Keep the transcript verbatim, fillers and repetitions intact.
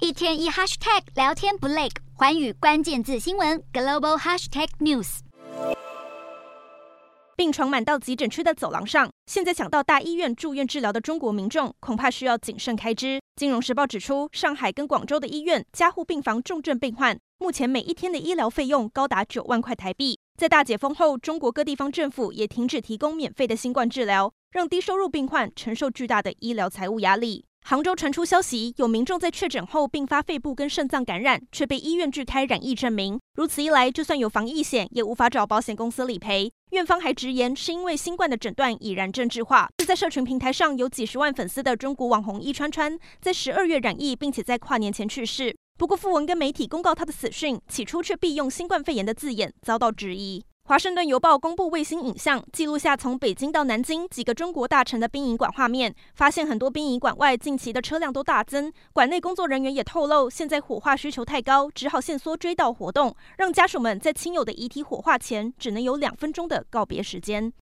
一天一 hashtag 聊天不累，寰宇关键字新闻 global hashtag news。 病床满到急诊区的走廊上，现在想到大医院住院治疗的中国民众，恐怕需要谨慎开支。金融时报指出，上海跟广州的医院加护病房重症病患，目前每一天的医疗费用高达九万块台币。在大解封后，中国各地方政府也停止提供免费的新冠治疗，让低收入病患承受巨大的医疗财务压力。杭州传出消息，有民众在确诊后并发肺部跟肾脏感染，却被医院拒开染疫证明。如此一来，就算有防疫险，也无法找保险公司理赔。院方还直言，是因为新冠的诊断已然政治化。是在社群平台上有几十万粉丝的中国网红一川川，在十二月染疫，并且在跨年前去世。不过，讣文跟媒体公告他的死讯，起初却避用新冠肺炎的字眼，遭到质疑。华盛顿邮报公布卫星影像，记录下从北京到南京几个中国大城的殡仪馆画面，发现很多殡仪馆外近期的车辆都大增。馆内工作人员也透露，现在火化需求太高，只好限缩追悼活动，让家属们在亲友的遗体火化前只能有两分钟的告别时间。